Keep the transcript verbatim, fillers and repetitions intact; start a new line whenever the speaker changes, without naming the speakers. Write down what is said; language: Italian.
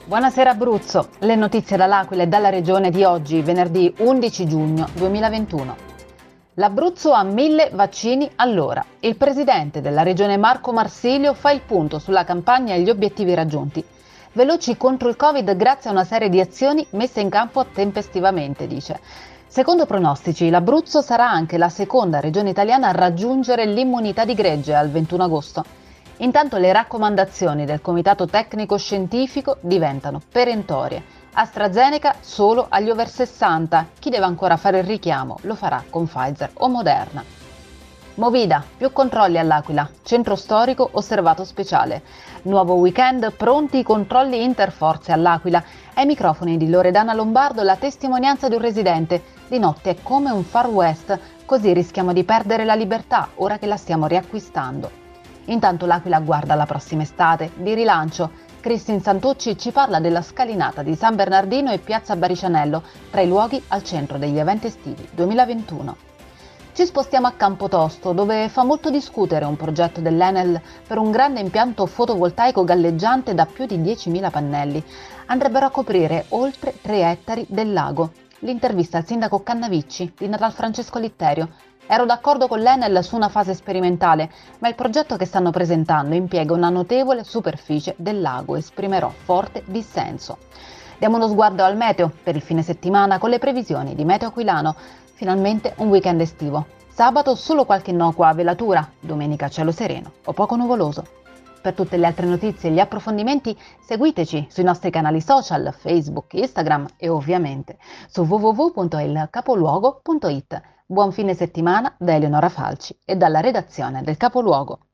Buonasera Abruzzo, le notizie dall'Aquila e dalla regione di oggi, venerdì undici giugno duemilaventuno. L'Abruzzo ha mille vaccini all'ora. Il presidente della regione Marco Marsilio fa il punto sulla campagna e gli obiettivi raggiunti. Veloci contro il Covid grazie a una serie di azioni messe in campo tempestivamente, dice. Secondo pronostici, l'Abruzzo sarà anche la seconda regione italiana a raggiungere l'immunità di gregge al ventuno agosto. Intanto le raccomandazioni del Comitato Tecnico Scientifico diventano perentorie. AstraZeneca solo agli over sessanta. Chi deve ancora fare il richiamo lo farà con Pfizer o Moderna. Movida, più controlli all'Aquila. Centro storico osservato speciale. Nuovo weekend, pronti i controlli interforze all'Aquila. Ai microfoni di Loredana Lombardo la testimonianza di un residente. Di notte è come un Far West, così rischiamo di perdere la libertà ora che la stiamo riacquistando. Intanto l'Aquila guarda la prossima estate, di rilancio. Cristin Santucci ci parla della scalinata di San Bernardino e Piazza Baricianello, tra i luoghi al centro degli eventi estivi duemilaventuno. Ci spostiamo a Campotosto, dove fa molto discutere un progetto dell'Enel per un grande impianto fotovoltaico galleggiante da più di diecimila pannelli. Andrebbero a coprire oltre tre ettari del lago. L'intervista al sindaco Cannavicci di Natal Francesco Litterio. Ero d'accordo con l'Enel su una fase sperimentale, ma il progetto che stanno presentando impiega una notevole superficie del lago. Esprimerò forte dissenso. Diamo uno sguardo al meteo per il fine settimana con le previsioni di Meteo Aquilano. Finalmente un weekend estivo. Sabato solo qualche innocua velatura, domenica cielo sereno o poco nuvoloso. Per tutte le altre notizie e gli approfondimenti seguiteci sui nostri canali social, Facebook, Instagram e ovviamente su w w w punto il capoluogo punto it. Buon fine settimana da Eleonora Falci e dalla redazione del Capoluogo.